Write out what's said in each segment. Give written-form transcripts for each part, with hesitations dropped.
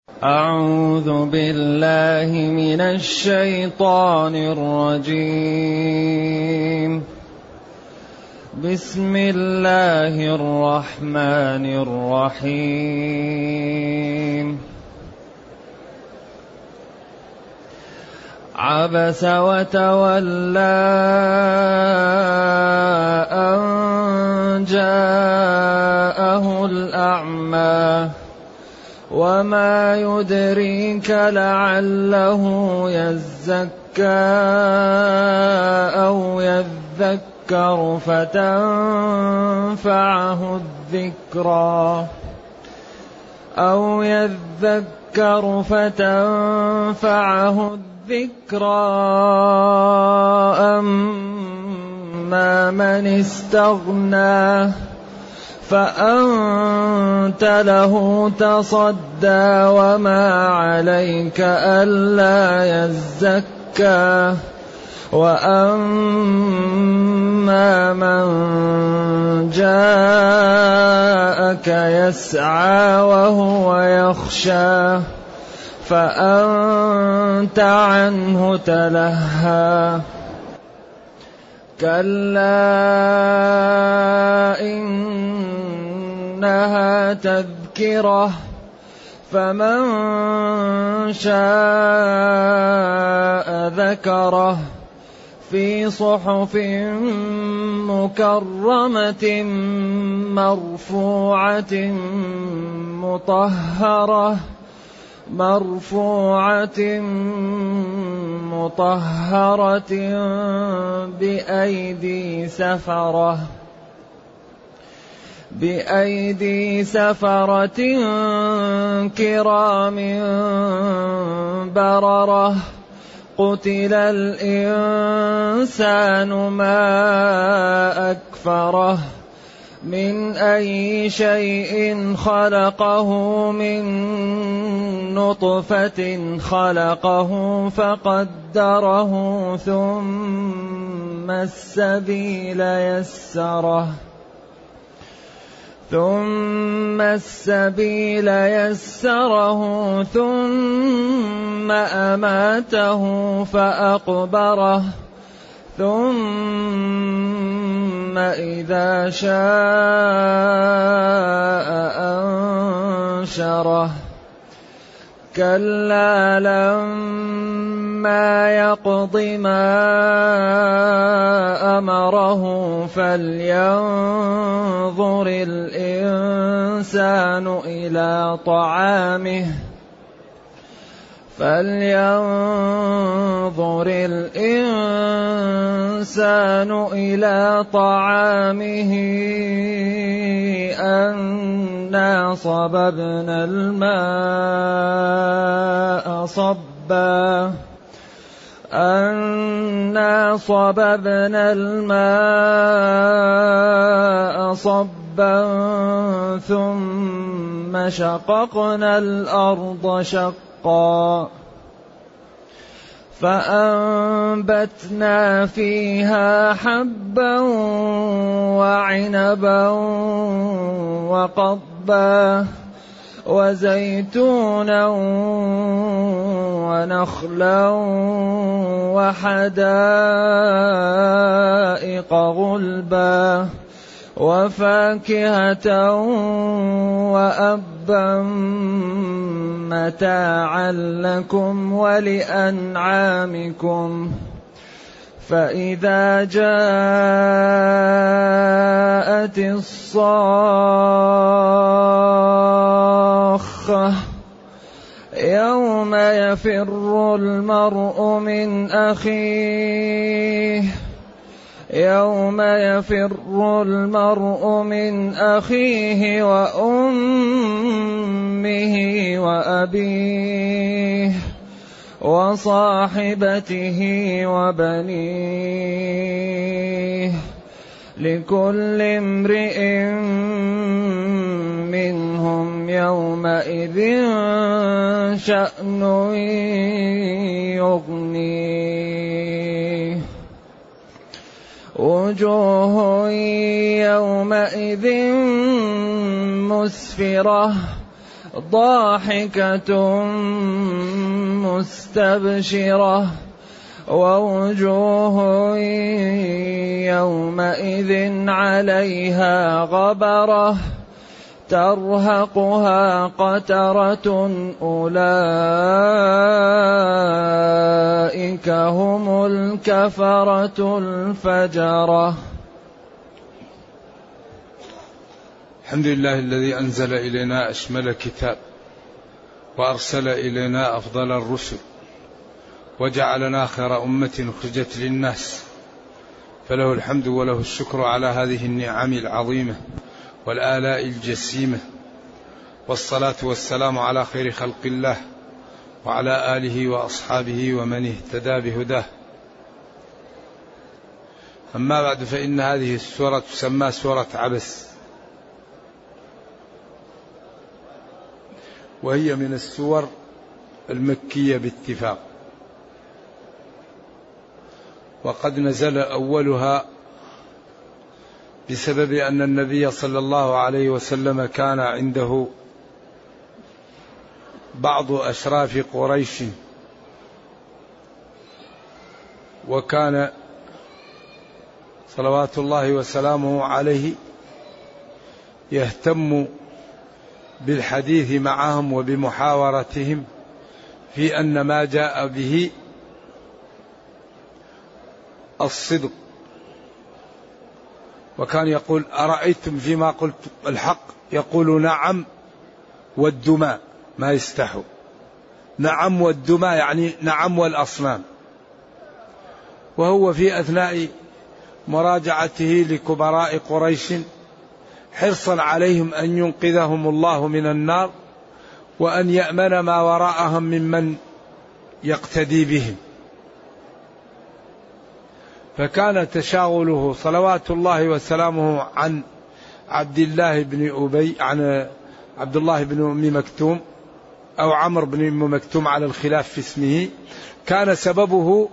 أعوذ بالله من الشيطان الرجيم. بسم الله الرحمن الرحيم. عبس وتولى أن جاءه الأعمى وما يدريك لعله يزكى أو يذكر فتنفعه الذكرى أما من استغنى فأنت له تصدى وما عليك ألا يزكى وأما من جاءك يسعى وهو يخشى فأنت عنه تلهى كلا إنها تذكرة فمن شاء ذكره في صحف مكرمة مرفوعة مطهرة بأيدي سفرة كرام بررة قتل الإنسان ما أكفره من أي شيء خلقه من نطفة خلقه فقدره ثم السبيل يسره ثم أماته فأقبره ثم إذا شاء أنشره كلا لما يقض ما أمره فلينظر الإنسان إلى طعامه أنا صببنا الماء صبا ثم شققنا الأرض شقا فأنبتنا فيها حبا وعنبا وقضبا وزيتونا ونخلا وحدائق غلبا وفاكهة وأبا متاعا لكم ولأنعامكم فإذا جاءت الصاخة يوم يفر المرء من أخيه وأمه وأبيه وصاحبته وبنيه لكل امرئ منهم يومئذ شأن يغنيه وجوه يومئذ مسفرة ضاحكة مستبشرة ووجوه يومئذ عليها غبرة ترهقها قترة أولئك هم الكفرة الفجرة. الحمد لله الذي أنزل إلينا أشمل كتاب وأرسل إلينا أفضل الرسل وجعلنا خير أمة أخرجت للناس، فله الحمد وله الشكر على هذه النعم العظيمة والآلاء الجسيمة، والصلاة والسلام على خير خلق الله وعلى آله وأصحابه ومن اهتدى بهداه. أما بعد، فإن هذه السورة تسمى سورة عبس، وهي من السور المكية باتفاق، وقد نزل أولها بسبب أن النبي صلى الله عليه وسلم كان عنده بعض أشراف قريش، وكان صلوات الله وسلامه عليه يهتم بالحديث معهم وبمحاورتهم في أن ما جاء به الصدق، وكان يقول: أرأيتم فيما قلت الحق؟ يقول: نعم والدماء، ما يستحوا. نعم والدماء يعني نعم والأصنام. وهو في أثناء مراجعته لكبراء قريش حرصا عليهم أن ينقذهم الله من النار، وأن يأمن ما وراءهم ممن يقتدي بهم. فكان تشاغله صلوات الله وسلامه عن عبد الله بن أبي، عن عبد الله بن أم مكتوم أو عمرو بن أم مكتوم على الخلاف في اسمه، كان سببه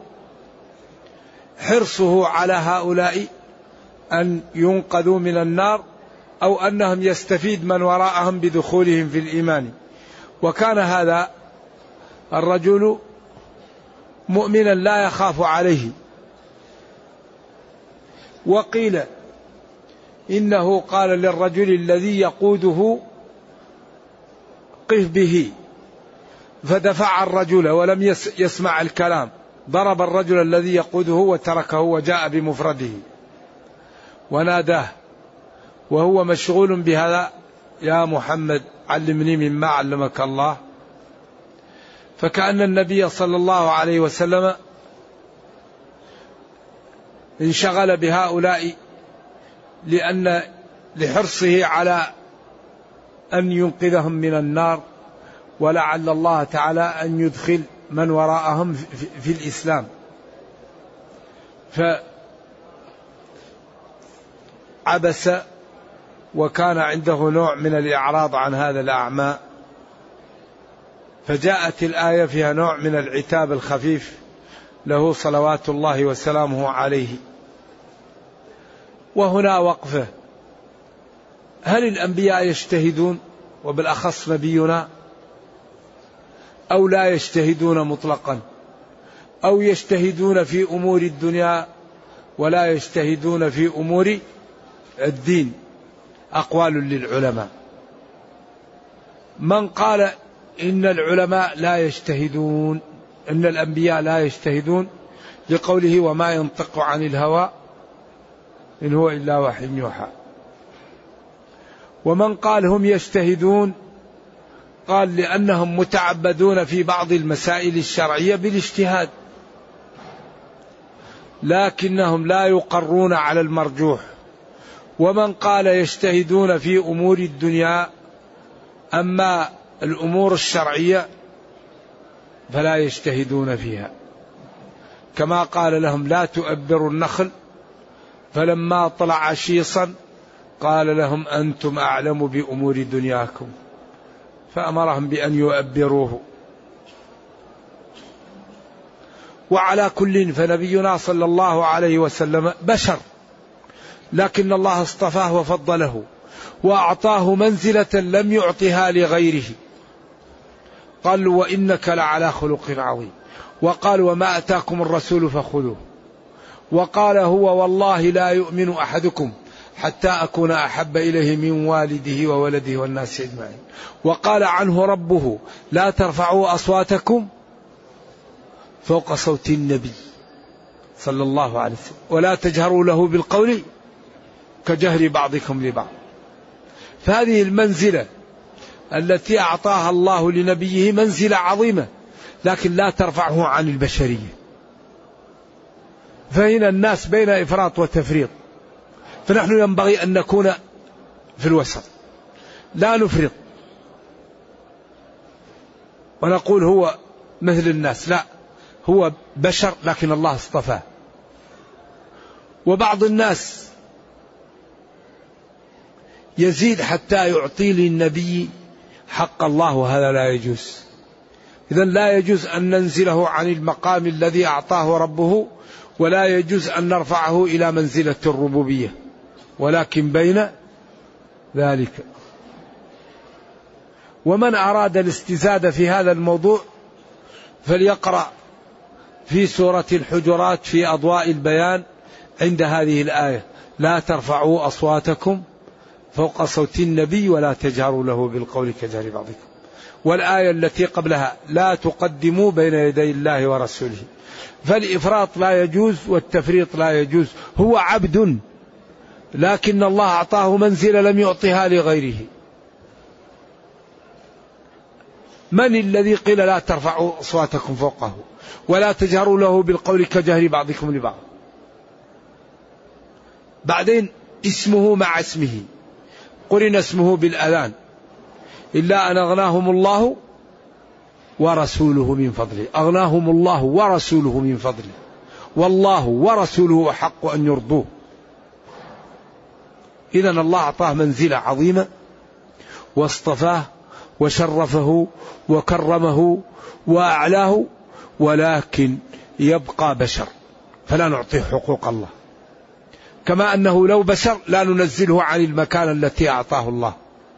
حرصه على هؤلاء أن ينقذوا من النار، أو أنهم يستفيد من وراءهم بدخولهم في الإيمان. وكان هذا الرجل مؤمنا لا يخاف عليه. وقيل إنه قال للرجل الذي يقوده: قف به، فدفع الرجل ولم يسمع الكلام، ضرب الرجل الذي يقوده وتركه وجاء بمفرده وناداه وهو مشغول بهذا: يا محمد علمني مما علمك الله. فكأن النبي صلى الله عليه وسلم انشغل بهؤلاء لحرصه على أن ينقذهم من النار، ولعل الله تعالى أن يدخل من وراءهم في الإسلام. فعبس، وكان عنده نوع من الإعراض عن هذا الأعمى، فجاءت الآية فيها نوع من العتاب الخفيف له صلوات الله وسلامه عليه. وهنا وقفه: هل الأنبياء يجتهدون، وبالأخص نبينا، أو لا يجتهدون مطلقا، أو يجتهدون في أمور الدنيا ولا يجتهدون في أمور الدين؟ أقوال للعلماء. من قال إن العلماء لا يجتهدون، إن الأنبياء لا يجتهدون، لقوله: وما ينطق عن الهوى إن هو إلا وحي يوحى. ومن قال هم يجتهدون، قال لأنهم متعبدون في بعض المسائل الشرعية بالاجتهاد، لكنهم لا يقرون على المرجوح. ومن قال يجتهدون في أمور الدنيا، أما الأمور الشرعية فلا يجتهدون فيها، كما قال لهم: لا تؤبروا النخل، فلما طلع شيصا قال لهم: أنتم أعلم بأمور دنياكم، فأمرهم بأن يؤبروه. وعلى كل، فنبينا صلى الله عليه وسلم بشر، لكن الله اصطفاه وفضله وأعطاه منزلة لم يعطها لغيره، قال وإنك لعلى خلق عظيم، وقال وما أتاكم الرسول فخذوه، وقال هو والله لا يؤمن أحدكم حتى أكون أحب إليه من والده وولده والناس أجمعين. وقال عنه ربه لا ترفعوا أصواتكم فوق صوت النبي صلى الله عليه وسلم ولا تجهروا له بالقول كجهر بعضكم لبعض. فهذه المنزلة التي أعطاها الله لنبيه منزلة عظيمة، لكن لا ترفعه عن البشرية. فهنا الناس بين إفراط وتفريط، فنحن ينبغي أن نكون في الوسط، لا نفرط ونقول هو مثل الناس، لا، هو بشر لكن الله اصطفاه. وبعض الناس يزيد حتى يعطي للنبي حق الله، وهذا لا يجوز. إذن لا يجوز أن ننزله عن المقام الذي أعطاه ربه، ولا يجوز أن نرفعه إلى منزلة الربوبية، ولكن بين ذلك. ومن أراد الاستزادة في هذا الموضوع فليقرأ في سورة الحجرات في أضواء البيان عند هذه الآية لا ترفعوا أصواتكم فوق صوت النبي ولا تجهروا له بالقول كجهر بعضكم، والآية التي قبلها لا تقدموا بين يدي الله ورسوله. فالإفراط لا يجوز والتفريط لا يجوز. هو عبد لكن الله أعطاه منزلة لم يعطها لغيره. من الذي قيل لا ترفعوا أصواتكم فوقه ولا تجهروا له بالقول كجهر بعضكم لبعض؟ بعدين اسمه مع اسمه، قرن اسمه بالأذان، إلا أن أغناهم الله ورسوله من فضله. أغناهم الله ورسوله من فضله، والله ورسوله أحق أن يرضوه. إذن الله أعطاه منزلة عظيمة واصطفاه وشرفه وكرمه وأعلاه، ولكن يبقى بشر فلا نعطيه حقوق الله، كما أنه لو بشر لا ننزله عن المكان التي أعطاه الله.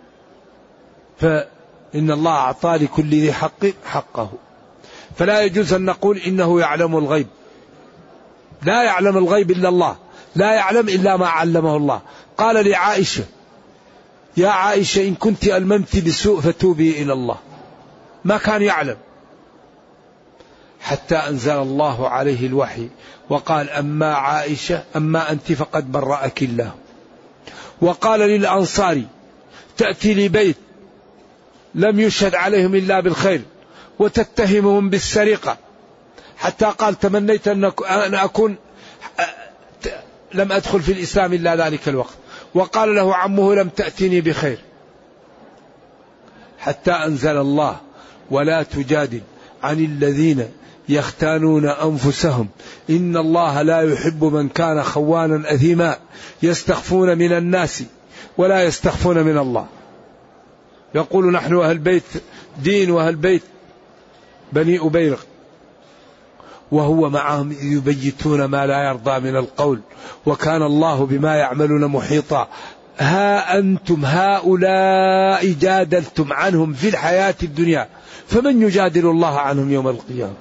فإن الله أعطى لكل ذي حق حقه، فلا يجوز أن نقول إنه يعلم الغيب. لا يعلم الغيب إلا الله، لا يعلم إلا ما علمه الله. قال لعائشة يا عائشة إن كنت ألممت بسوء فتوبي إلى الله، ما كان يعلم حتى أنزل الله عليه الوحي وقال أما عائشة أما أنت فقد برأك الله. وقال للأنصار تأتي لبيت لم يشهد عليهم إلا بالخير وتتهمهم بالسرقة، حتى قال تمنيت أن أكون لم أدخل في الإسلام إلا ذلك الوقت. وقال له عمه لم تأتني بخير، حتى أنزل الله ولا تجادل عن الذين يختانون أنفسهم إن الله لا يحب من كان خوانا أثيما يستخفون من الناس ولا يستخفون من الله. يقول نحن أهل بيت دين وأهل بيت بني أبيرق، وهو معهم يبيتون ما لا يرضى من القول وكان الله بما يعملون محيطا. ها أنتم هؤلاء جادلتم عنهم في الحياة الدنيا فمن يجادل الله عنهم يوم القيامة؟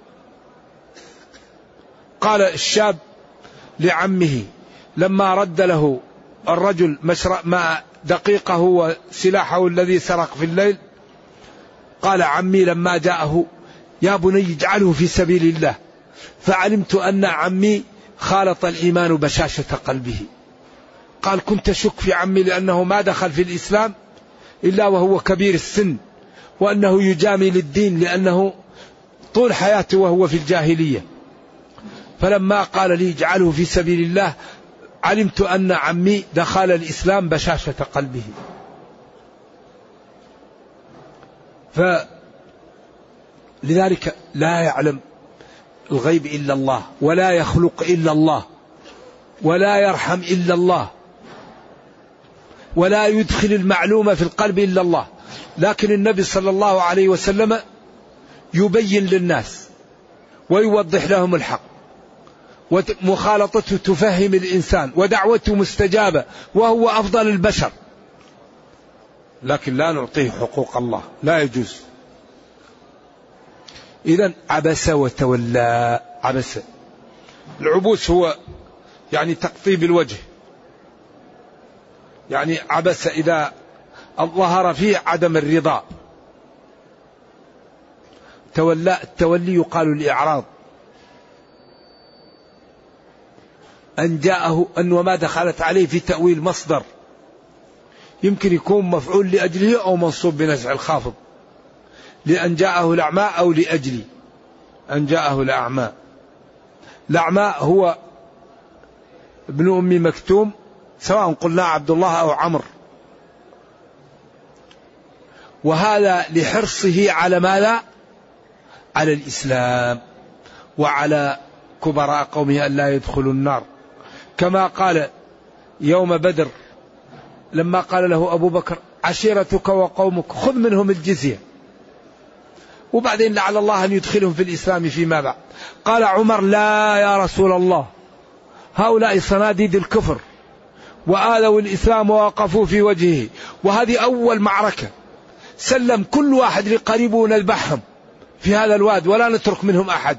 قال الشاب لعمه لما رد له الرجل مع دقيقه وسلاحه الذي سرق في الليل، قال عمي لما جاءه يا بني اجعله في سبيل الله، فعلمت أن عمي خالط الإيمان بشاشة قلبه. قال كنت شك في عمي لأنه ما دخل في الإسلام إلا وهو كبير السن، وأنه يجامل الدين لأنه طول حياته وهو في الجاهلية. فلما قال لي اجعله في سبيل الله علمت أن عمي دخل الإسلام بشاشة قلبه. فلذلك لا يعلم الغيب إلا الله، ولا يخلق إلا الله، ولا يرحم إلا الله، ولا يدخل المعلومة في القلب إلا الله. لكن النبي صلى الله عليه وسلم يبين للناس ويوضح لهم الحق، ومخالطته تفهم الإنسان، ودعوته مستجابة، وهو أفضل البشر، لكن لا نعطيه حقوق الله، لا يجوز. إذن عبس وتولى. عبس، العبوس هو يعني تقطيب الوجه، يعني عبس إذا ظهر فيه عدم الرضا. تولى، التولي يقال الإعراض. أن جاءه، أن وما دخلت عليه في تأويل مصدر، يمكن يكون مفعول لأجله أو منصوب بنزع الخافض، لأن جاءه الأعمى أو لأجل أن جاءه الأعمى. الأعمى هو ابن أم مكتوم، سواء قلنا عبد الله أو عمرو، وهذا لحرصه على ماذا؟ على الإسلام وعلى كبراء قومه أن لا يدخلوا النار، كما قال يوم بدر لما قال له أبو بكر عشيرتك وقومك خذ منهم الجزية، وبعدين لعل الله أن يدخلهم في الإسلام فيما بعد. قال عمر لا يا رسول الله، هؤلاء صناديد الكفر وآذوا الإسلام ووقفوا في وجهه، وهذه أول معركة، سلم كل واحد لقريبه ونذبحهم في هذا الواد ولا نترك منهم أحد،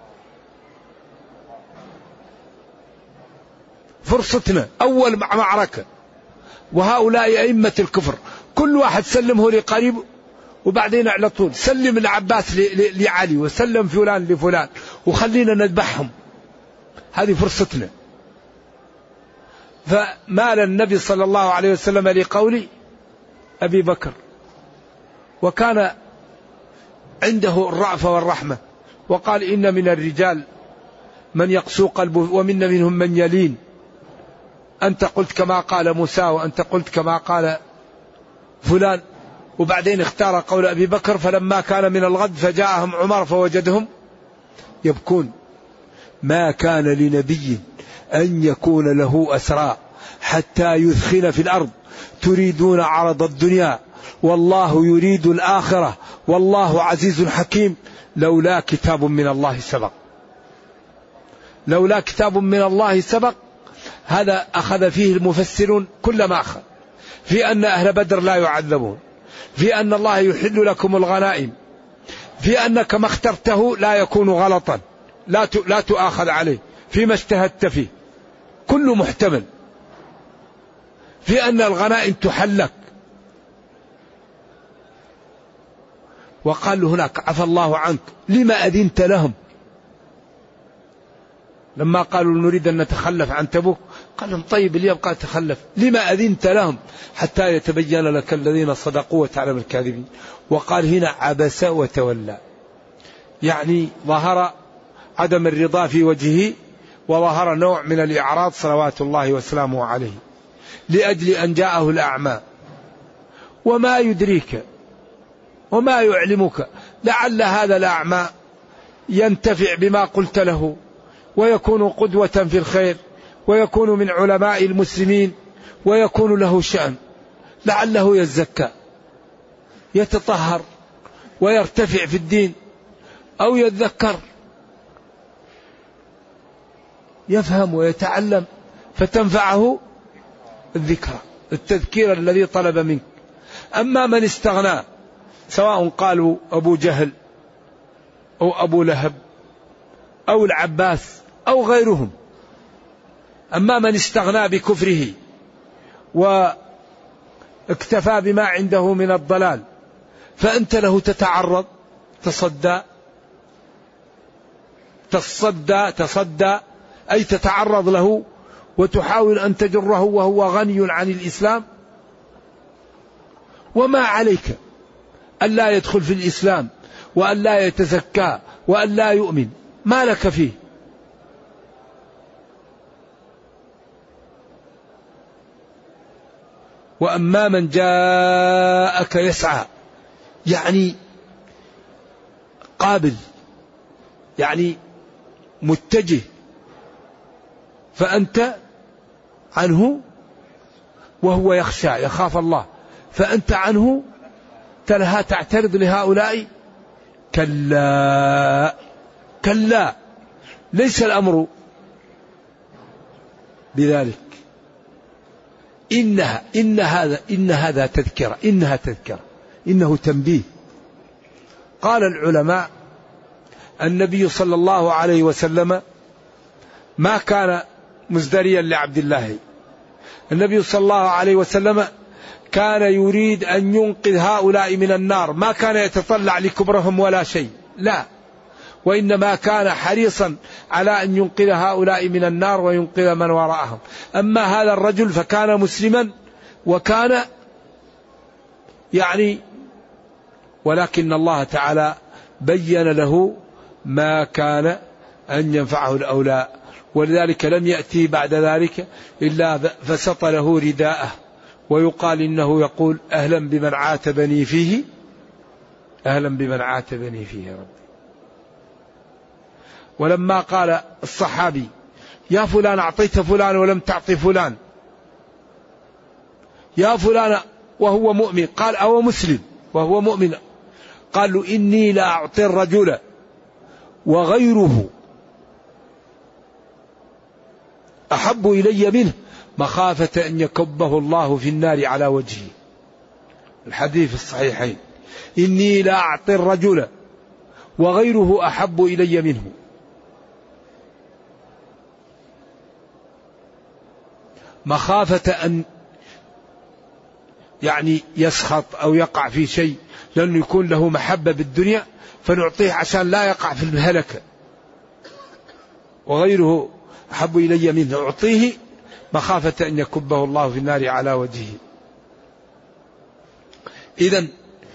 فرصتنا أول معركة، وهؤلاء أئمة الكفر كل واحد سلمه لقريبه، وبعدين على طول سلم العباس لعلي وسلم فلان لفلان وخلينا نذبحهم، هذه فرصتنا. فمال النبي صلى الله عليه وسلم لقول أبي بكر، وكان عنده الرأفة والرحمة، وقال إن من الرجال من يقسو قلبه ومن منهم من يلين، أنت قلت كما قال موسى وأنت قلت كما قال فلان. وبعدين اختار قول أبي بكر، فلما كان من الغد فجاءهم عمر فوجدهم يبكون. ما كان لنبي أن يكون له أسرى حتى يثخن في الأرض تريدون عرض الدنيا والله يريد الآخرة والله عزيز حكيم، لولا كتاب من الله سبق. لولا كتاب من الله سبق، هذا أخذ فيه المفسرون كل ما أخذ، في أن أهل بدر لا يعذبون، في أن الله يحل لكم الغنائم، في أنك ما اخترته لا يكون غلطا، لا تؤاخذ عليه فيما اجتهدت فيه، كل محتمل، في أن الغنائم تحلك. وقال له هناك عفى الله عنك لما أذنت لهم، لما قالوا نريد أن نتخلف عن تبوك قال لهم طيب اللي يبقى تخلف، لما أذنت لهم حتى يتبين لك الذين صدقوا وتعلم الكاذبين. وقال هنا عبس وتولى، يعني ظهر عدم الرضا في وجهه، وظهر نوع من الإعراض صلوات الله وسلامه عليه، لأجل أن جاءه الأعمى. وما يدريك وما يعلمك لعل هذا الأعمى ينتفع بما قلت له ويكون قدوة في الخير ويكون من علماء المسلمين ويكون له شأن، لعله يزكى يتطهر ويرتفع في الدين، أو يتذكر يفهم ويتعلم فتنفعه الذكرى، التذكير الذي طلب منك. أما من استغنى، سواء قالوا أبو جهل أو أبو لهب أو العباس أو غيرهم، أما من استغنى بكفره واكتفى بما عنده من الضلال، فأنت له تتعرض، تصدى أي تتعرض له وتحاول أن تجره وهو غني عن الإسلام. وما عليك أن لا يدخل في الإسلام وأن لا يتزكى وأن لا يؤمن، ما لك فيه. وأما من جاءك يسعى، يعني قابل، يعني متجه، فأنت عنه وهو يخشى يخاف الله، فأنت عنه تلها تعترض لهؤلاء. كلا ليس الأمر بذلك، إنها تذكرة، إنه تنبيه. قال العلماء النبي صلى الله عليه وسلم ما كان مزدريا لعبد الله. النبي صلى الله عليه وسلم كان يريد أن ينقذ هؤلاء من النار، ما كان يتطلع لكبرهم ولا شيء، لا، وإنما كان حريصا على أن ينقذ هؤلاء من النار وينقذ من وراءهم. أما هذا الرجل فكان مسلما وكان ولكن الله تعالى بين له ما كان أن ينفعه الأولى، ولذلك لم يأتي بعد ذلك إلا فسط له رداءه، ويقال إنه يقول أهلا بمن عاتبني فيه، أهلا بمن عاتبني فيه يا رب. ولما قال الصحابي يا فلان أعطيت فلان ولم تعطي فلان، يا فلان وهو مؤمن، قال أو مسلم وهو مؤمن، قالوا إني لا أعطي الرجل وغيره أحب إلي منه مخافة أن يكبه الله في النار على وجهه. الحديث الصحيحين، إني لا أعطي الرجل وغيره أحب إلي منه، مخافة أن يسخط أو يقع في شيء، لأنه يكون له محبة بالدنيا فنعطيه عشان لا يقع في الهلكة، وغيره أحب إلي منه أعطيه مخافة أن يكبه الله في النار على وجهه. إذن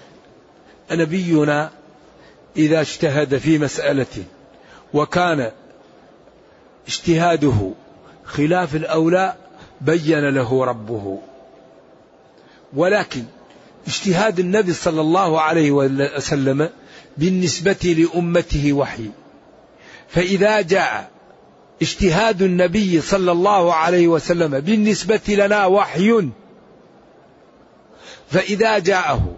نبينا إذا اجتهد في مسألة وكان اجتهاده خلاف الأولى بين له ربه، ولكن اجتهاد النبي صلى الله عليه وسلم بالنسبة لأمته وحي، فإذا جاء اجتهاد النبي صلى الله عليه وسلم بالنسبة لنا وحي، فإذا جاءه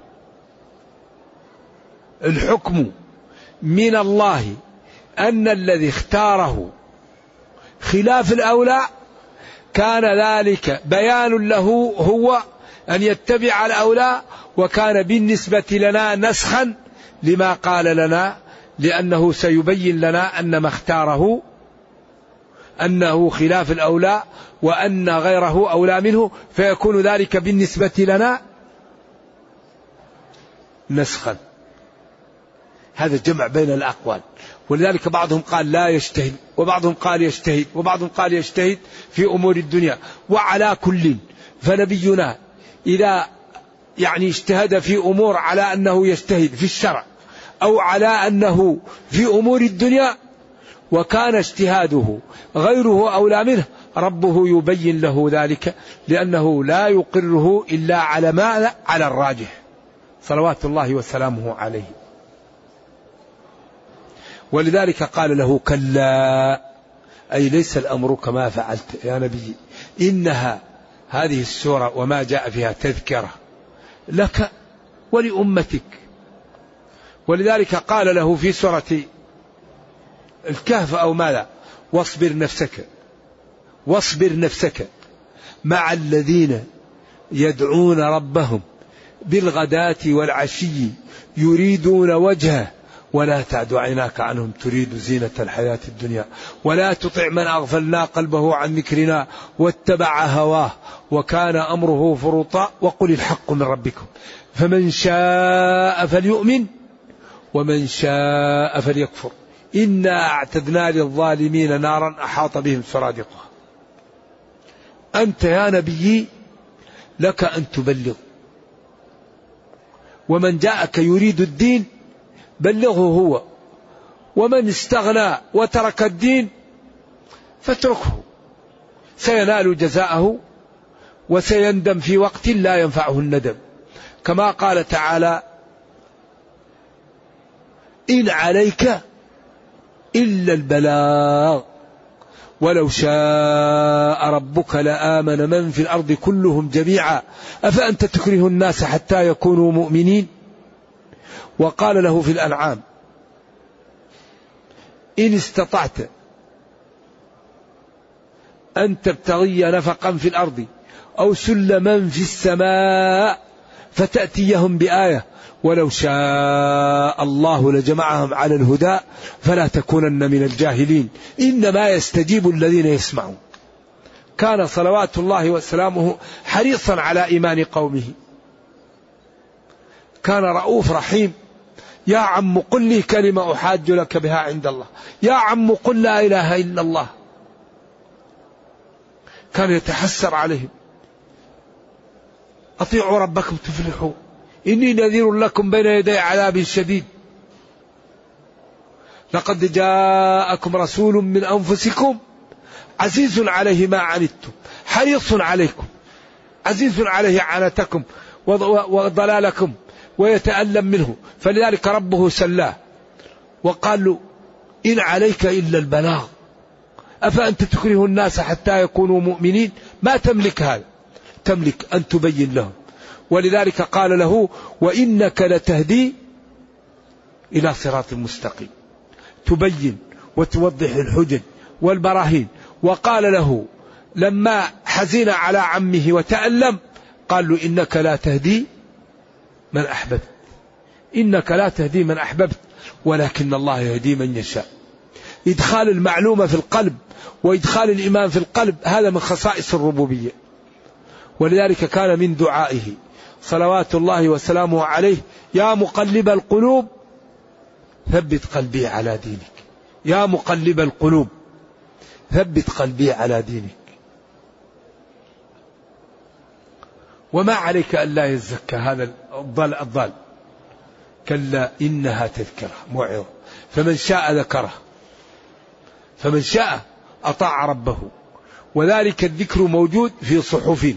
الحكم من الله أن الذي اختاره خلاف الأولى كان ذلك بيان له هو أن يتبع الأولى، وكان بالنسبة لنا نسخا لما قال لنا، لأنه سيبين لنا أن ما اختاره أنه خلاف الأولى وأن غيره أولى منه، فيكون ذلك بالنسبة لنا نسخا. هذا جمع بين الأقوال، ولذلك بعضهم قال لا يجتهد، وبعضهم قال يجتهد، وبعضهم قال يجتهد في أمور الدنيا. وعلى كل فنبينا إذا اجتهد في أمور على أنه يجتهد في الشرع أو على أنه في أمور الدنيا وكان اجتهاده غيره أولى منه، ربه يبين له ذلك، لأنه لا يقره إلا على ما على الراجح صلوات الله وسلامه عليه. ولذلك قال له كلا، أي ليس الأمر كما فعلت يا نبي، إنها هذه السورة وما جاء فيها تذكرة لك ولأمتك. ولذلك قال له في سورة الكهف أو ماذا، واصبر نفسك مع الذين يدعون ربهم بالغداة والعشي يريدون وجهه ولا تعد عيناك عنهم تريد زينة الحياة الدنيا ولا تطع من أغفلنا قلبه عن ذكرنا واتبع هواه وكان أمره فرطا وقل الحق من ربكم فمن شاء فليؤمن ومن شاء فليكفر إنا أعتدنا للظالمين نارا أحاط بهم سرادقها. أنت يا نبي لك أن تبلغ، ومن جاءك يريد الدين بلغه هو، ومن استغنى وترك الدين فاتركه سينال جزاءه وسيندم في وقت لا ينفعه الندم، كما قال تعالى إن عليك إلا البلاغ ولو شاء ربك لآمن من في الأرض كلهم جميعا أفأنت تكره الناس حتى يكونوا مؤمنين. وقال له في الأنعام إن استطعت أن تبتغي نفقا في الأرض أو سلما في السماء فتأتيهم بآية ولو شاء الله لجمعهم على الهدى فلا تكونن من الجاهلين إنما يستجيب الذين يسمعون. كان صلوات الله وسلامه حريصا على إيمان قومه، كان رؤوف رحيم. يا عم قل لي كلمة أحاج لك بها عند الله، يا عم قل لا إله إلا الله. كان يتحسر عليهم. أطيعوا ربكم تفلحوا إني نذير لكم بين يدي عذاب شديد. لقد جاءكم رسول من أنفسكم عزيز عليه ما عنتم حريص عليكم، عزيز عليه عنتكم وضلالكم ويتألم منه، فلذلك ربه سلاه وقال له إن عليك إلا البلاغ أفأنت تكره الناس حتى يكونوا مؤمنين. ما تملك هذا، تملك أن تبين لهم. ولذلك قال له وإنك لتهدي إلى صراط مستقيم، تبين وتوضح الحجج والبراهين. وقال له لما حزن على عمه وتألم قال له إنك لا تهدي من أحببت، إنك لا تهدي من أحببت ولكن الله يهدي من يشاء. إدخال المعلومة في القلب وإدخال الإيمان في القلب هذا من خصائص الربوبية. ولذلك كان من دعائه صلوات الله وسلامه عليه يا مقلب القلوب ثبت قلبي على دينك، يا مقلب القلوب ثبت قلبي على دينك. وما عليك ألا يزكى هذا الضال، كلا إنها تذكرة موعظة فمن شاء ذكره، فمن شاء أطاع ربه. وذلك الذكر موجود في صحف.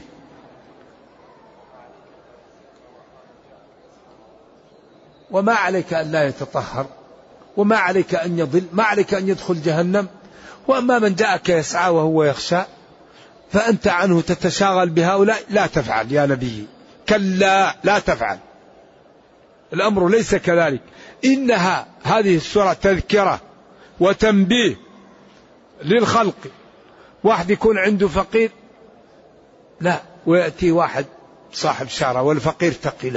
وما عليك ألا يتطهر، وما عليك أن يضل، ما عليك أن يدخل جهنم. وأما من جاءك يسعى وهو يخشى فأنت عنه تتشاغل بهؤلاء. لا تفعل يا نبي، كلا لا تفعل، الأمر ليس كذلك. إنها هذه السورة تذكرة وتنبيه للخلق. واحد يكون عنده فقير لا، ويأتي واحد صاحب شارة والفقير تقي،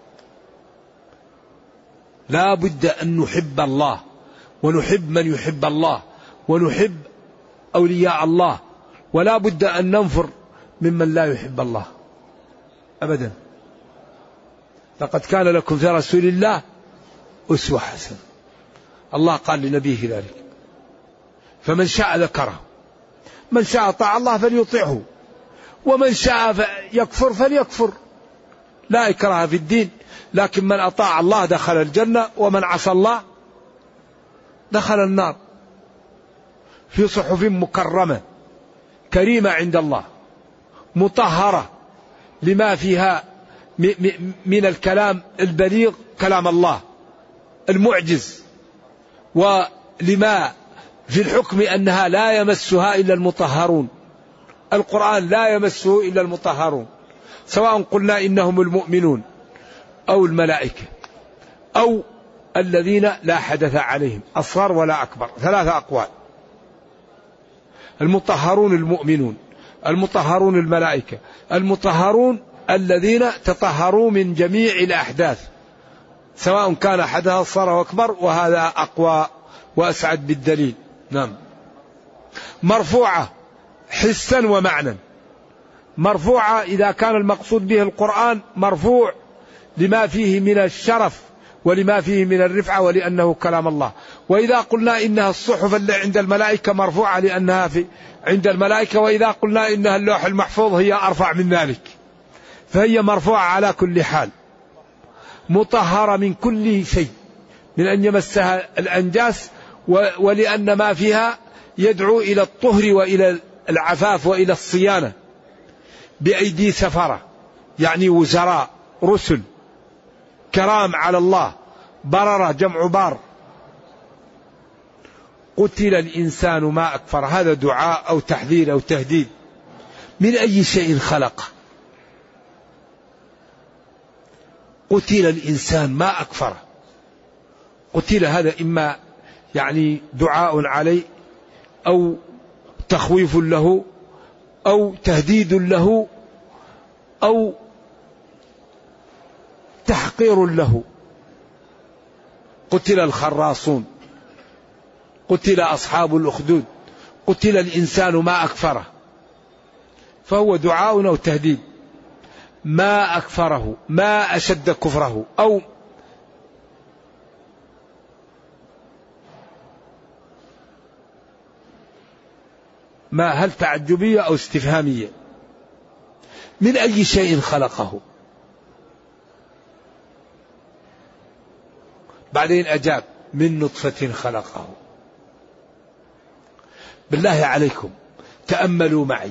لا بد أن نحب الله ونحب من يحب الله ونحب أولياء الله، ولا بد أن ننفر ممن لا يحب الله أبدا. لقد كان لكم في رسول الله أسوة حسنة، الله قال لنبيه ذلك. فمن شاء ذكره، من شاء طاع الله فليطيعه، ومن شاء يكفر فليكفر، لا إكراه في الدين. لكن من أطاع الله دخل الجنة، ومن عصى الله دخل النار. في صحف مكرمة كريمة عند الله مطهرة لما فيها من الكلام البليغ، كلام الله المعجز، ولما في الحكم أنها لا يمسها إلا المطهرون. القرآن لا يمسه إلا المطهرون، سواء قلنا إنهم المؤمنون أو الملائكة أو الذين لا حدث عليهم أصغر ولا أكبر. 3 أقوال: المطهرون المؤمنون، المطهرون الملائكة، المطهرون الذين تطهروا من جميع الأحداث سواء كان حدث أصغر أو أكبر، وهذا أقوى وأسعد بالدليل. نعم. مرفوعة حسا ومعنى. مرفوعة إذا كان المقصود به القرآن مرفوع لما فيه من الشرف ولما فيه من الرفعة ولأنه كلام الله. وإذا قلنا إنها الصحف اللي عند الملائكة مرفوعة لأنها عند الملائكة، وإذا قلنا إنها اللوح المحفوظ هي أرفع من ذلك، فهي مرفوعة على كل حال، مطهرة من كل شيء من أن يمسها الأنجاس، ولأن ما فيها يدعو إلى الطهر وإلى العفاف وإلى الصيانة. بأيدي سفرة يعني وزراء رسل كرام على الله، بررة جمع بار. قتل الإنسان ما أكفر، هذا دعاء أو تحذير أو تهديد. من أي شيء خلقه؟ قتل الإنسان ما أكفر. قتل هذا إما يعني دعاء عليه أو تخويف له أو تهديد له أو تحقير له. قتل الخراصون، قتل أصحاب الأخدود، قتل الإنسان ما أكفره، فهو دعاء أو تهديد. ما أكفره، ما أشد كفره، أو ما هل تعجبية أو استفهامية؟ من أي شيء خلقه؟ بعدين أجاب من نطفة خلقه. بالله عليكم تأملوا معي،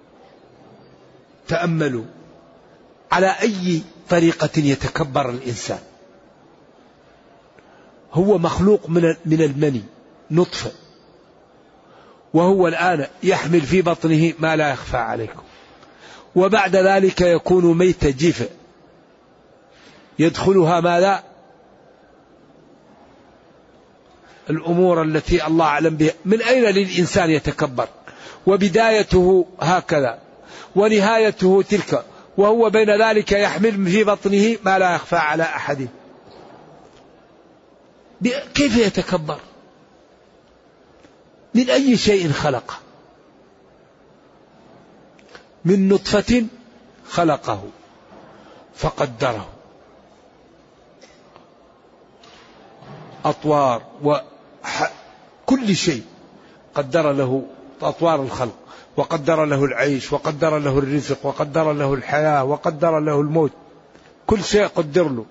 تأملوا على أي طريقة يتكبر الإنسان. هو مخلوق من المني، نطفة، وهو الآن يحمل في بطنه ما لا يخفى عليكم، وبعد ذلك يكون ميت جيفة يدخلها ماذا؟ الأمور التي الله أعلم بها. من أين للإنسان يتكبر؟ وبدايته هكذا ونهايته تلك، وهو بين ذلك يحمل في بطنه ما لا يخفى على أحد. كيف يتكبر؟ من أي شيء خلقه؟ من نطفة خلقه فقدره. أطوار وكل شيء قدر له، أطوار الخلق، وقدر له العيش، وقدر له الرزق، وقدر له الحياة، وقدر له الموت، كل شيء قدر له.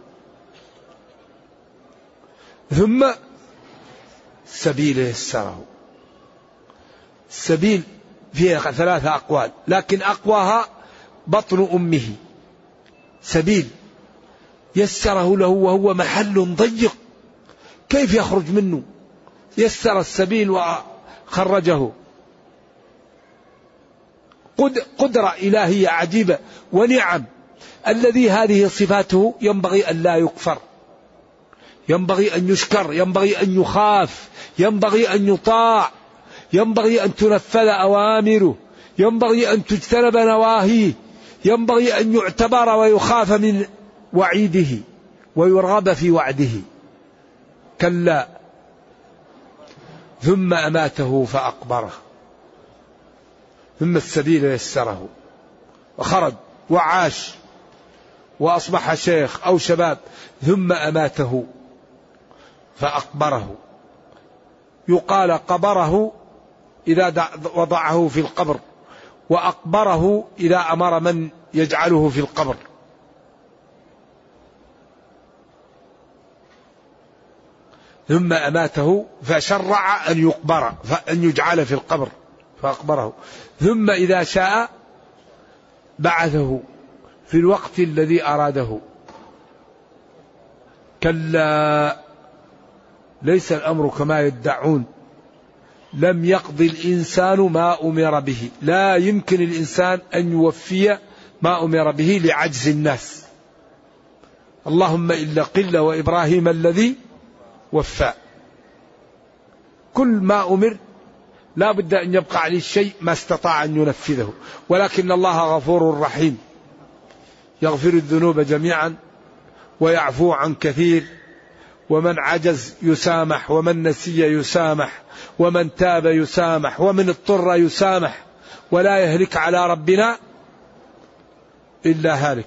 ثم السبيل يسره. السبيل فيها 3 أقوال، لكن أقواها بطن أمه. سبيل يسره له وهو محل ضيق، كيف يخرج منه؟ يسر السبيل وخرجه. قدرة إلهية عجيبة ونعم. الذي هذه صفاته ينبغي أن لا يكفر، ينبغي أن يشكر، ينبغي أن يخاف، ينبغي أن يطاع، ينبغي أن تنفذ أوامره، ينبغي أن تجتنب نواهيه، ينبغي أن يعتبر ويخاف من وعيده ويرغب في وعده. كلا ثم أماته فأقبره. ثم السبيل يسره وخرج وعاش وأصبح شيخ أو شباب. ثم أماته فأقبره. يقال قبره إذا وضعه في القبر، وأقبره إذا أمر من يجعله في القبر. ثم أماته فشرع أن يقبر، فأن يجعل في القبر فأقبره. ثم إذا شاء بعثه في الوقت الذي أراده. كلا ليس الأمر كما يدعون، لم يقضي الإنسان ما أمر به. لا يمكن الإنسان أن يوفي ما أمر به لعجز الناس، اللهم إلا قلة وإبراهيم الذي وفى. كل ما أمر لا بد أن يبقى عليه الشيء ما استطاع أن ينفذه. ولكن الله غفور رحيم، يغفر الذنوب جميعا ويعفو عن كثير، ومن عجز يسامح، ومن نسي يسامح، ومن تاب يسامح، ومن اضطر يسامح، ولا يهلك على ربنا إلا هالك.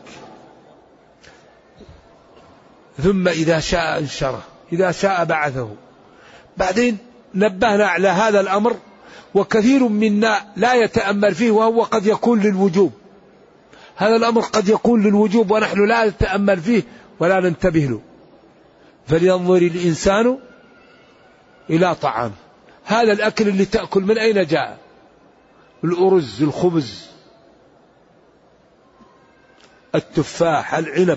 ثم إذا شاء أنشره، إذا شاء بعثه. بعدين نبهنا على هذا الأمر، وكثير منا لا يتأمل فيه، وهو قد يكون للوجوب. هذا الأمر قد يكون للوجوب ونحن لا نتأمل فيه ولا ننتبه له. فلينظر الإنسان إلى طعامه. هذا الأكل اللي تأكل من أين جاء؟ الأرز، الخبز، التفاح، العنب،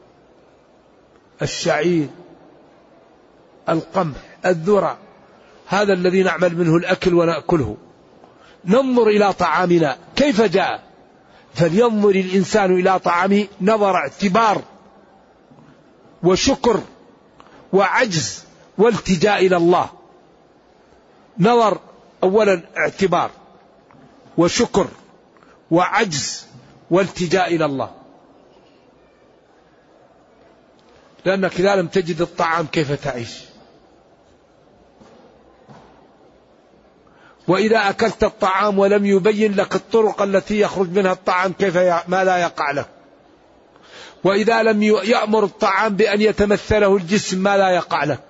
الشعير، القمح، الذرة، هذا الذي نعمل منه الأكل ونأكله. ننظر إلى طعامنا كيف جاء. فلينظر الإنسان إلى طعامه نظر اعتبار وشكر وعجز والتجاء إلى الله. نظر أولا اعتبار وشكر وعجز والتجاء إلى الله. لأنك إذا لم تجد الطعام كيف تعيش؟ وإذا أكلت الطعام ولم يبين لك الطرق التي يخرج منها الطعام ما لا يقع لك؟ وإذا لم يأمر الطعام بأن يتمثله الجسم ما لا يقع لك؟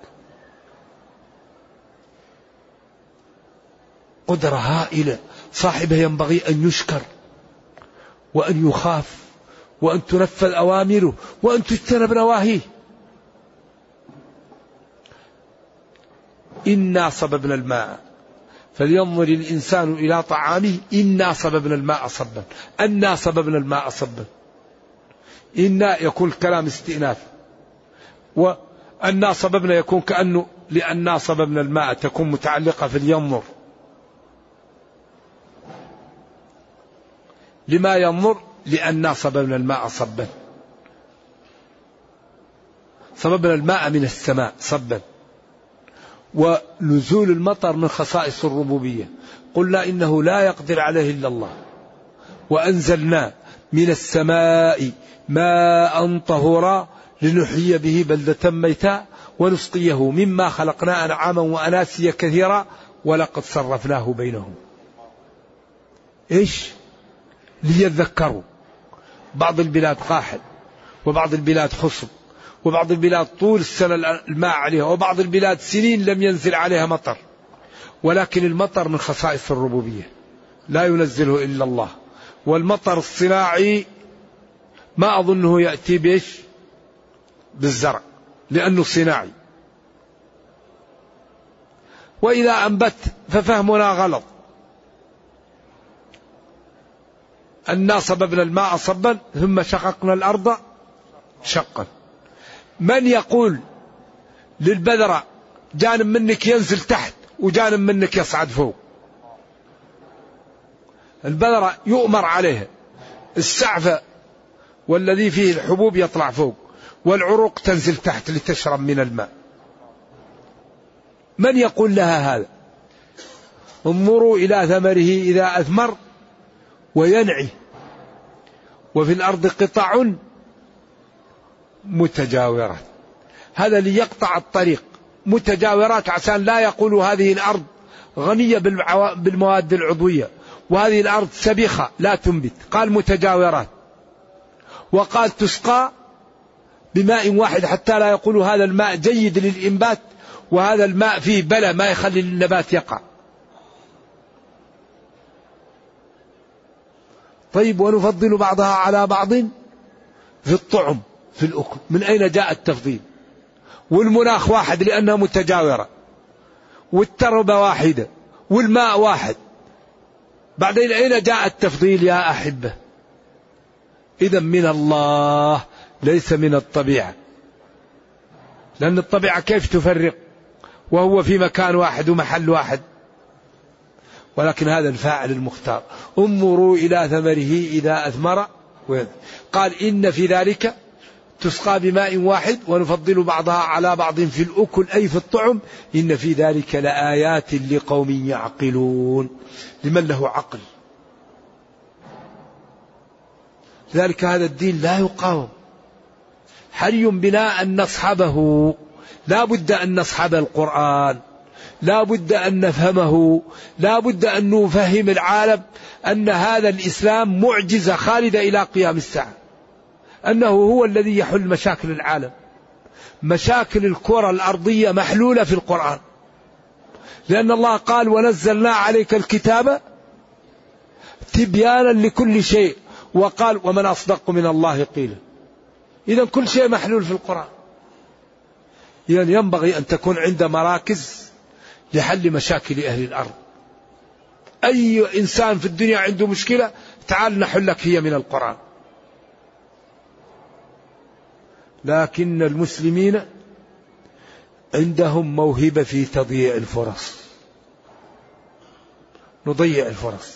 قدرة هائلة صاحبها ينبغي أن يشكر وأن يخاف وأن تنفذ أوامره وأن تجتنب نواهيه. إنا صببنا الماء فلينظر الإنسان إلى طعامه إنا صببنا الماء صبا. أنا صببنا الماء صبا. إنا يكون الكلام استئناف، وأنا صببنا يكون كأنه لأننا صببنا الماء تكون متعلقة في الينظر. لما ينظر؟ لأننا صببنا الماء صبا. صببنا الماء من السماء صبا. ونزول المطر من خصائص الربوبية، قلنا إنه لا يقدر عليه إلا الله. وأنزلنا من السماء ماء طهورا لنحيي به بلدة ميتا ونسقيه مما خلقنا أنعاما وأناسيا كثيرا ولقد صرفناه بينهم. إيش؟ ليذكروا. بعض البلاد قاحل، وبعض البلاد خصب، وبعض البلاد طول السنة الماء عليها، وبعض البلاد سنين لم ينزل عليها مطر. ولكن المطر من خصائص الربوبية لا ينزله إلا الله. والمطر الصناعي ما أظنه يأتي بإيش؟ بالزرع، لأنه صناعي. وإذا أنبت ففهمنا غلط. أنا صببنا الماء صبا ثم شققنا الأرض شقا. من يقول للبذرة جانب منك ينزل تحت وجانب منك يصعد فوق؟ البذرة يؤمر عليها السعفة والذي فيه الحبوب يطلع فوق، والعروق تنزل تحت لتشرب من الماء. من يقول لها هذا؟ انظروا إلى ثمره إذا أثمر وينعي وفي الأرض قطع متجاورات. هذا ليقطع الطريق، متجاورات عشان لا يقولوا هذه الأرض غنية بالمواد العضوية وهذه الأرض سبيخة لا تنبت. قال متجاورات، وقال تسقى بماء واحد حتى لا يقولوا هذا الماء جيد للإنبات وهذا الماء فيه بلى ما يخلي النبات يقع. طيب ونفضل بعضها على بعض في الطعم في الأكل. من أين جاء التفضيل؟ والمناخ واحد لأنها متجاورة، والتربة واحدة، والماء واحد. بعدين أين جاء التفضيل يا أحبة؟ إذا من الله ليس من الطبيعة، لأن الطبيعة كيف تفرق وهو في مكان واحد ومحل واحد؟ ولكن هذا الفاعل المختار. انظروا إلى ثمره إذا أثمر. قال إن في ذلك تسقى بماء واحد ونفضل بعضها على بعض في الأكل أي في الطعم إن في ذلك لآيات لقوم يعقلون، لمن له عقل. لذلك هذا الدين لا يقاوم، حري بنا أن نصحبه. لا بد أن نصحب القرآن، لا بد أن نفهمه، لا بد أن نفهم العالم أن هذا الإسلام معجزة خالدة إلى قيام الساعة، أنه هو الذي يحل مشاكل العالم. مشاكل الكرة الأرضية محلولة في القرآن، لأن الله قال ونزلنا عليك الكتاب تبيانا لكل شيء، وقال ومن أصدق من الله قيلا. إذا كل شيء محلول في القرآن. إذا ينبغي أن تكون عند مراكز لحل مشاكل أهل الأرض. أي إنسان في الدنيا عنده مشكلة تعال نحلك هي من القرآن. لكن المسلمين عندهم موهبة في تضييع الفرص، نضيع الفرص.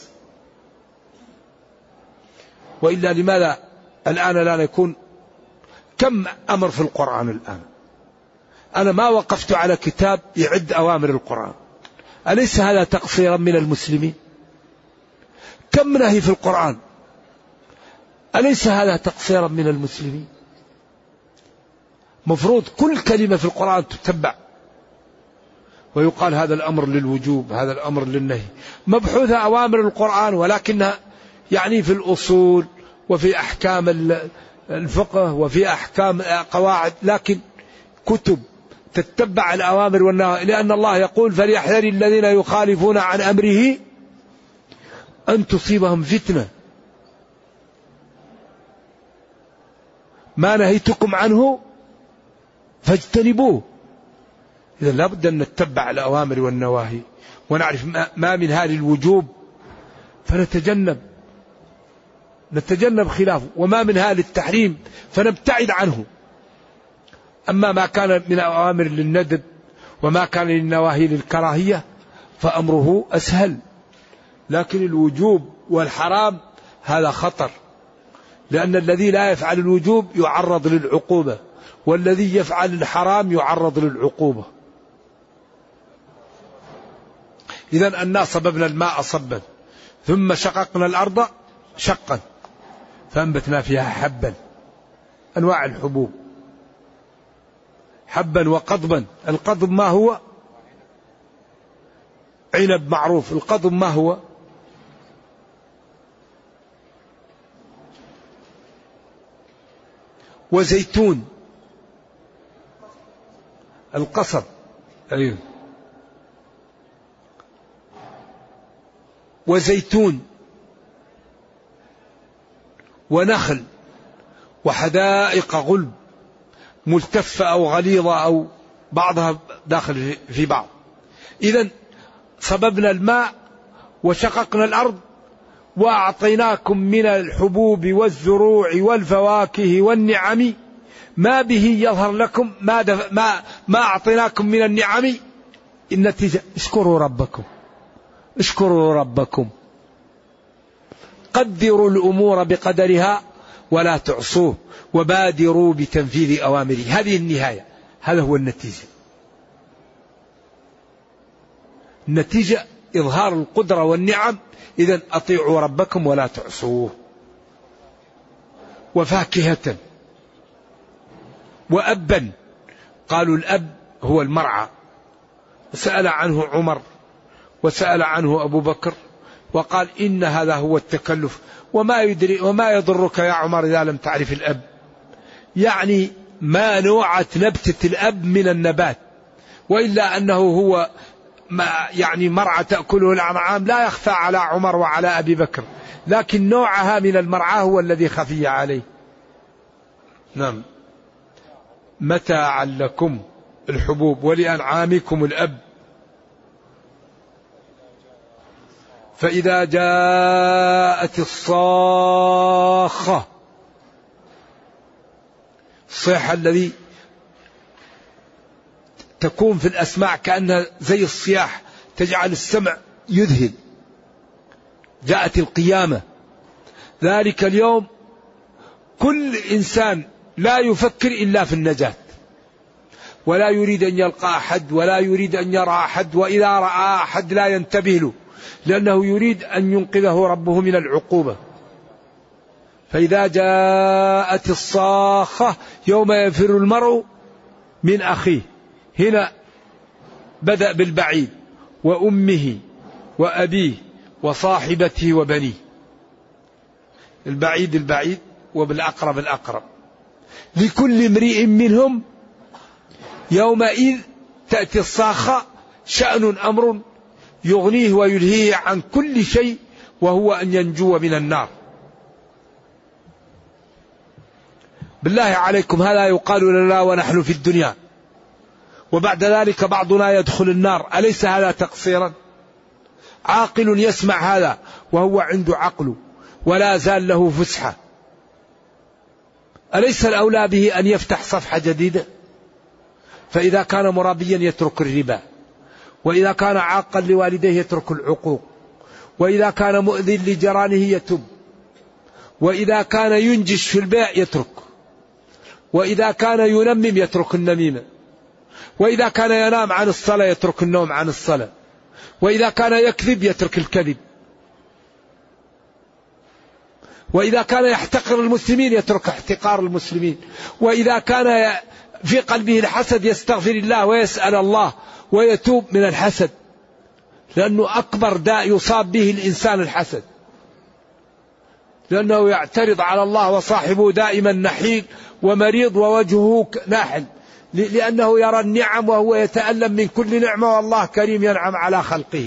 وإلا لماذا الآن لا نكون كم أمر في القرآن الآن؟ أنا ما وقفت على كتاب يعد أوامر القرآن، أليس هذا تقصيرا من المسلمين؟ كم نهي في القرآن، أليس هذا تقصيرا من المسلمين؟ مفروض كل كلمة في القرآن تتبع، ويقال هذا الأمر للوجوب، هذا الأمر للنهي. مبحوثة أوامر القرآن، ولكنها يعني في الأصول وفي أحكام الفقه وفي أحكام قواعد، لكن كتب تتبع الأوامر والنهي، لأن الله يقول فليحذر الذين يخالفون عن أمره أن تصيبهم فتنة، ما نهيتكم عنه فاجتنبوه. إذا لابد أن نتبع الأوامر والنواهي ونعرف ما منها للوجوب نتجنب خلافه، وما منها للتحريم فنبتعد عنه. أما ما كان من أوامر للندب وما كان للنواهي للكراهية فأمره أسهل، لكن الوجوب والحرام هذا خطر، لأن الذي لا يفعل الوجوب يعرض للعقوبة، والذي يفعل الحرام يعرض للعقوبة. إذن أنا صببنا الماء صبا ثم شققنا الأرض شقا فأنبتنا فيها حبا، أنواع الحبوب، حبا وقضبا. القضب ما هو؟ عنب معروف. القضب ما هو؟ وزيتون، القصب. أيوه. وزيتون ونخل وحدائق غلب ملتفة أو غليظة أو بعضها داخل في بعض. إذن صببنا الماء وشققنا الأرض وأعطيناكم من الحبوب والزروع والفواكه والنعم ما به يظهر لكم ما أعطيناكم من النعم. النتيجة اشكروا ربكم قدروا الأمور بقدرها ولا تعصوه وبادروا بتنفيذ أوامره. هذه النهاية، هذا هو النتيجة إظهار القدرة والنعم. إذن أطيعوا ربكم ولا تعصوه. وفاكهة وأبا، قالوا الأب هو المرعى، سأل عنه عمر وسأل عنه أبو بكر وقال إن هذا هو التكلف، وما يضرك يا عمر إذا لم تعرف الأب. يعني ما نوعة نبتة الأب من النبات، وإلا أنه هو يعني مرعى تأكله الأنعام لا يخفى على عمر وعلى أبي بكر، لكن نوعها من المرعى هو الذي خفي عليه. نعم. متاعا لكم الحبوب ولأنعامكم الأب. فإذا جاءت الصاخة، الصيحة الذي تكون في الأسماع كأنها زي الصياح تجعل السمع يذهل. جاءت القيامة، ذلك اليوم كل إنسان لا يفكر إلا في النجاة، ولا يريد أن يلقى أحد ولا يريد أن يرى أحد، وإذا رأى أحد لا ينتبه له، لأنه يريد أن ينقذه ربه من العقوبة. فإذا جاءت الصاخة يوم يفر المرء من أخيه. هنا بدأ بالبعيد وأمه وأبيه وصاحبته وبنيه. البعيد وبالأقرب الأقرب. لكل امرئ منهم يومئذ تأتي الصاخة شأن أمر يغنيه ويلهيه عن كل شيء، وهو أن ينجو من النار. بالله عليكم هذا يقال لنا ونحن في الدنيا، وبعد ذلك بعضنا يدخل النار. أليس هذا تقصيرا؟ عاقل يسمع هذا وهو عنده عقل ولا زال له فسحة، أليس الأولى به أن يفتح صفحة جديدة؟ فإذا كان مرابيا يترك الربا، وإذا كان عاقا لوالديه يترك العقوق، وإذا كان مؤذن لجيرانه يتب، وإذا كان ينجش في البيع يترك، وإذا كان ينمم يترك النميمة، وإذا كان ينام عن الصلاة يترك النوم عن الصلاة، وإذا كان يكذب يترك الكذب، وإذا كان يحتقر المسلمين يترك احتقار المسلمين، وإذا كان في قلبه الحسد يستغفر الله ويسأل الله ويتوب من الحسد، لأنه أكبر داء يصاب به الإنسان الحسد، لأنه يعترض على الله وصاحبه دائما نحيل ومريض ووجهه ناحل، لأنه يرى النعم وهو يتألم من كل نعمة، والله كريم ينعم على خلقه.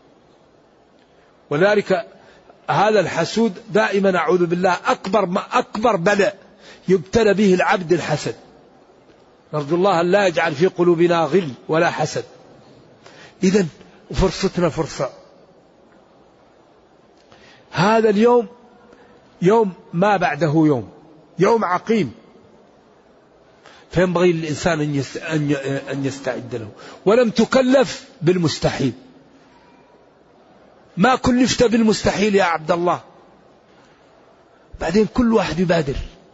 وذلك هذا الحسود دائما أعوذ بالله أكبر بلاء يبتلى به العبد الحسد. نرجو الله أن لا يجعل في قلوبنا غل ولا حسد. إذن فرصتنا فرصة. هذا اليوم يوم ما بعده يوم عقيم، فينبغي للإنسان أن يستعد له. ولم تكلف بالمستحيل، ما كلفت بالمستحيل يا عبد الله. بعدين كل واحد يبادر.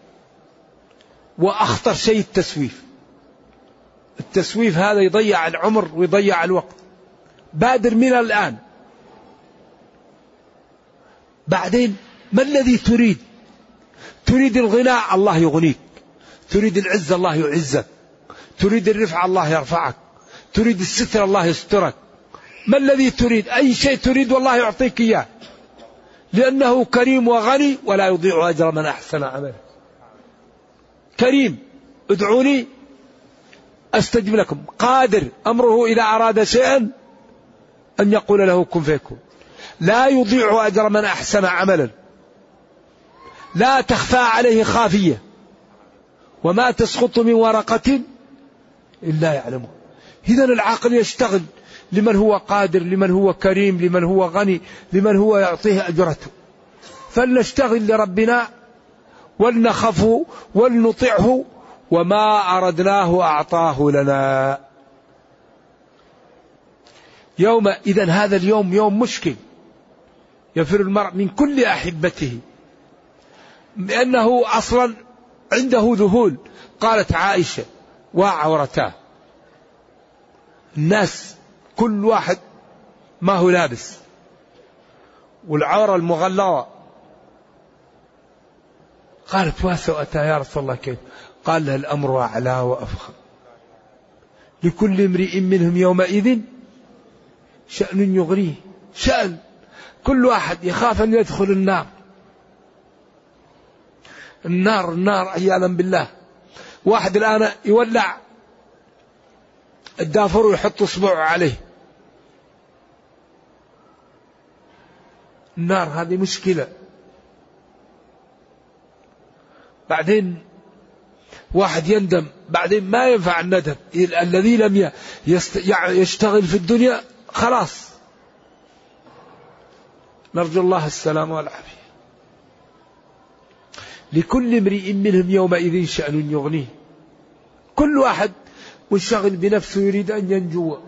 وأخطر شيء التسويف هذا يضيع العمر ويضيع الوقت. بادر من الآن. بعدين ما الذي تريد؟ تريد الغناء، الله يغنيك. تريد العزة، الله يعزك. تريد الرفع، الله يرفعك. تريد الستر، الله يسترك. ما الذي تريد؟ أي شيء تريد والله يعطيك إياه، لأنه كريم وغني ولا يضيع أجر من أحسن عملا. كريم، ادعوني أستجب لكم. قادر، أمره إذا أراد شيئا أن يقول له كن فيكون. لا يضيع أجر من أحسن عملا، لا تخفى عليه خافية، وما تسقط من ورقة إلا يعلمه. إذن العقل يشتغل لمن هو قادر، لمن هو كريم، لمن هو غني، لمن هو يعطيه أجرته. فلنشتغل لربنا ولنخفه ولنطعه، وما أردناه أعطاه لنا. إذن هذا اليوم يوم مشكل، يفر المرء من كل أحبته، لأنه أصلا عنده ذهول. قالت عائشة وعورتاه، الناس كل واحد ما هو لابس، والعورة المغلظة. قالت واسوأتها يا رسول الله كيف؟ قال لها الأمر أعلى وأفخم، لكل امرئ منهم يومئذ شأن يغريه. شأن، كل واحد يخاف أن يدخل النار. النار عياذا بالله. واحد الآن يولع الدافور ويحط اصبعه عليه. النار هذه مشكلة. بعدين واحد يندم، بعدين ما ينفع الندم. الذي لم يشتغل في الدنيا خلاص. نرجو الله السلامة والعافية. لكل امرئ منهم يومئذ شأن يغنيه. كل واحد منشغل بنفسه يريد أن ينجو.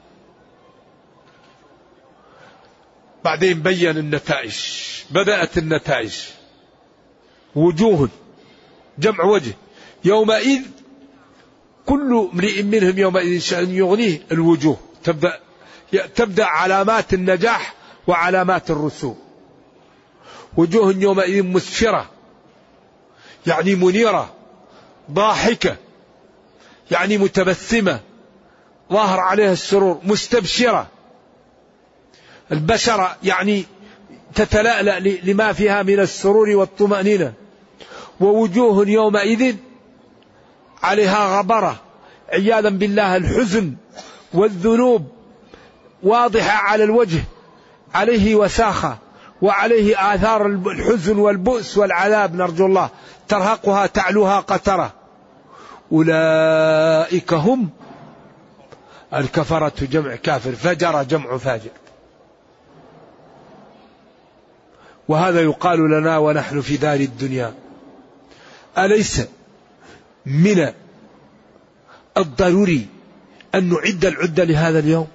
بعدين بين النتائج، بدأت النتائج. وجوه، جمع وجه. يومئذ كل امرئ منهم يومئذ شأن يغنيه. الوجوه تبدأ علامات النجاح وعلامات الرسوب. وجوه يومئذ مسفرة، يعني منيرة، ضاحكة يعني متبسمة، ظاهر عليها السرور، مستبشرة. البشرة يعني تتلألأ لما فيها من السرور والطمأنينة. ووجوه يومئذ عليها غبرة، عياذا بالله الحزن والذنوب واضحة على الوجه، عليه وساخة وعليه آثار الحزن والبؤس والعذاب. نرجو الله. ترهقها تعلوها قترة. أولئك هم الكفرة، جمع كافر، فجر جمع فاجر. وهذا يقال لنا ونحن في دار الدنيا. أليس من الضروري أن نعد العدة لهذا اليوم؟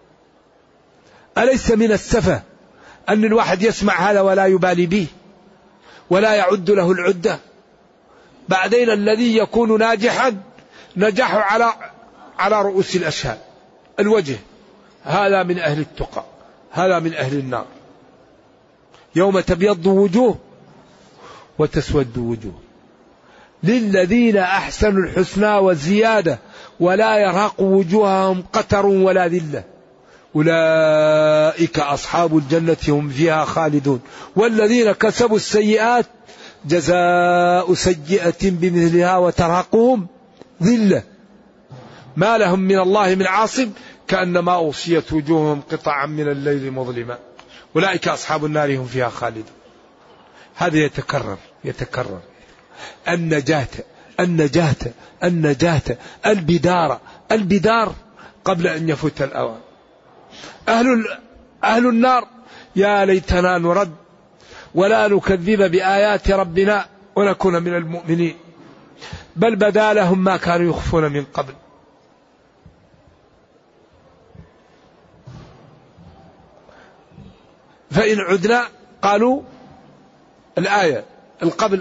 أليس من السفة أن الواحد يسمع هذا ولا يبالي به ولا يعد له العدة؟ بعدين الذي يكون ناجحا نجحه على رؤوس الأشهاد. الوجه هذا من أهل التقى، هذا من أهل النار. يوم تبيض وجوه وتسود وجوه. للذين أحسنوا الحسنى وزيادة ولا يرهق وجوههم قتر ولا ذلة أولئك أصحاب الجنة هم فيها خالدون والذين كسبوا السيئات جزاء سيئة بمثلها وترهقهم ذلة ما لهم من الله من عاصم كأنما أغشيت وجوههم قطعا من الليل مظلما أولئك أصحاب النار هم فيها خالدون. هذا يتكرر النجاة البدار قبل أن يفوت الأوان. أهل النار يا ليتنا نرد ولا نكذب بآيات ربنا ونكون من المؤمنين بل بدا لهم ما كانوا يخفون من قبل. فإن عدنا قالوا الآية القبل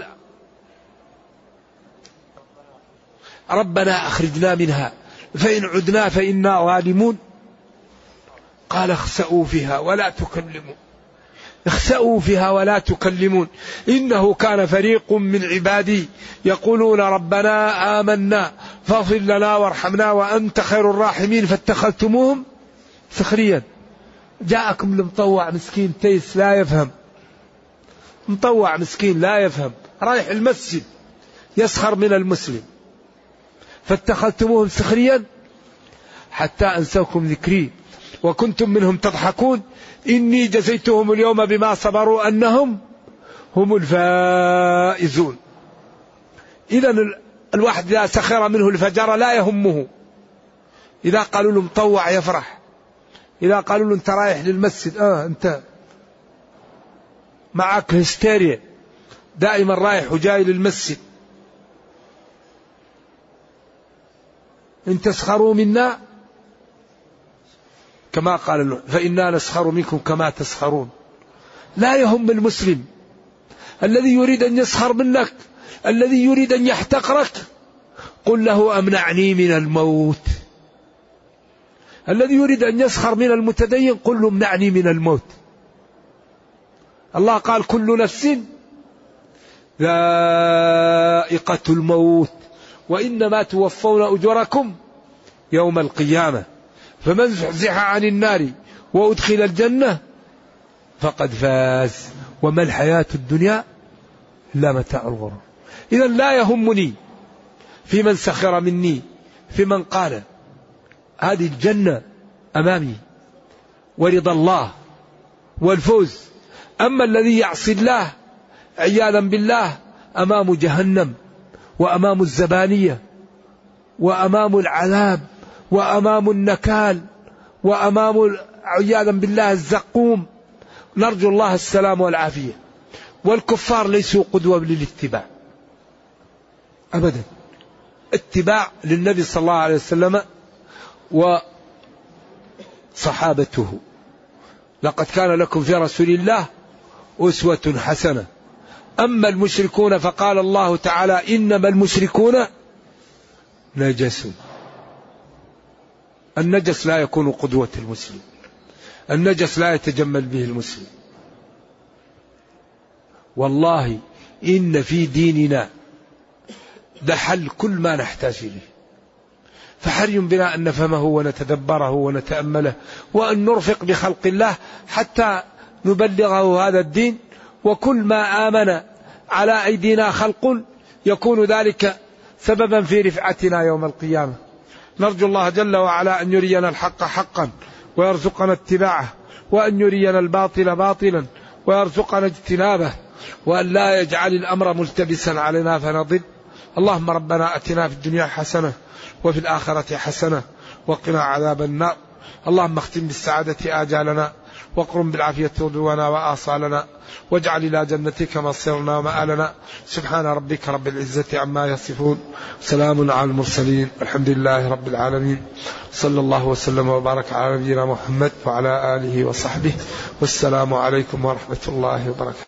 ربنا أخرجنا منها فإن عدنا فإنا ظالمون قال اخسأوا فيها ولا تكلمون إنه كان فريق من عبادي يقولون ربنا آمنا فاغفر لنا وارحمنا وأنت خير الراحمين فاتخذتموهم سخريا. جاءكم المطوع مسكين تيس لا يفهم مطوع مسكين لا يفهم رايح المسجد يسخر من المسلم فاتخذتموهم سخريا حتى أنسوكم ذكري وكنتم منهم تضحكون إني جزيتهم اليوم بما صبروا أنهم هم الفائزون. إذا الواحد إذا سخر منه الفجر لا يهمه. إذا قالوا له مطوع يفرح. إذا قالوا له أنت رايح للمسجد أنت معك هستيريا دائما رايح وجاي للمسجد. إن تسخروا منا كما قال له فإنا نسخر منكم كما تسخرون. لا يهم المسلم الذي يريد أن يسخر منك الذي يريد أن يحتقرك قل له أمنعني من الموت. الذي يريد أن يسخر من المتدين قل له امنعني من الموت. الله قال كل نفس ذائقة الموت وإنما توفون أجوركم يوم القيامة فمن زحزح عن النار وأدخل الجنة فقد فاز وما الحياة الدنيا إلا متاع الغرور. إذا لا يهمني في من سخر مني في من قال هذه الجنة أمامي ورضا الله والفوز. أما الذي يعصي الله عياذا بالله أمام جهنم وأمام الزبانية وأمام العذاب وأمام النكال وأمام عياذا بالله الزقوم. نرجو الله السلام والعافية. والكفار ليسوا قدوة للاتباع أبدا. اتباع للنبي صلى الله عليه وسلم وصحابته. لقد كان لكم في رسول الله أسوة حسنة. أما المشركون فقال الله تعالى إنما المشركون نجس. النجس لا يكون قدوة المسلم. النجس لا يتجمل به المسلم. والله إن في ديننا لحل كل ما نحتاج إليه. فحري بنا أن نفهمه ونتدبره ونتأمله وأن نرفق بخلق الله حتى نبلغه هذا الدين. وكل ما آمن على أيدينا خلق يكون ذلك سببا في رفعتنا يوم القيامة. نرجو الله جل وعلا أن يرينا الحق حقا ويرزقنا اتباعه وأن يرينا الباطل باطلا ويرزقنا اجتنابه وأن لا يجعل الأمر ملتبسا علينا فنضل. اللهم ربنا أتنا في الدنيا حسنة وفي الآخرة حسنة وقنا عذاب النار. اللهم اختم بالسعادة آجالنا وقرم بالعافية غدونا وآصالنا واجعل إلى جنتك مصيرنا ومآلنا. سبحان ربك رب العزة عما يصفون سلام على المرسلين الحمد لله رب العالمين. صلى الله وسلم وبارك على نبينا محمد وعلى آله وصحبه والسلام عليكم ورحمة الله وبركاته.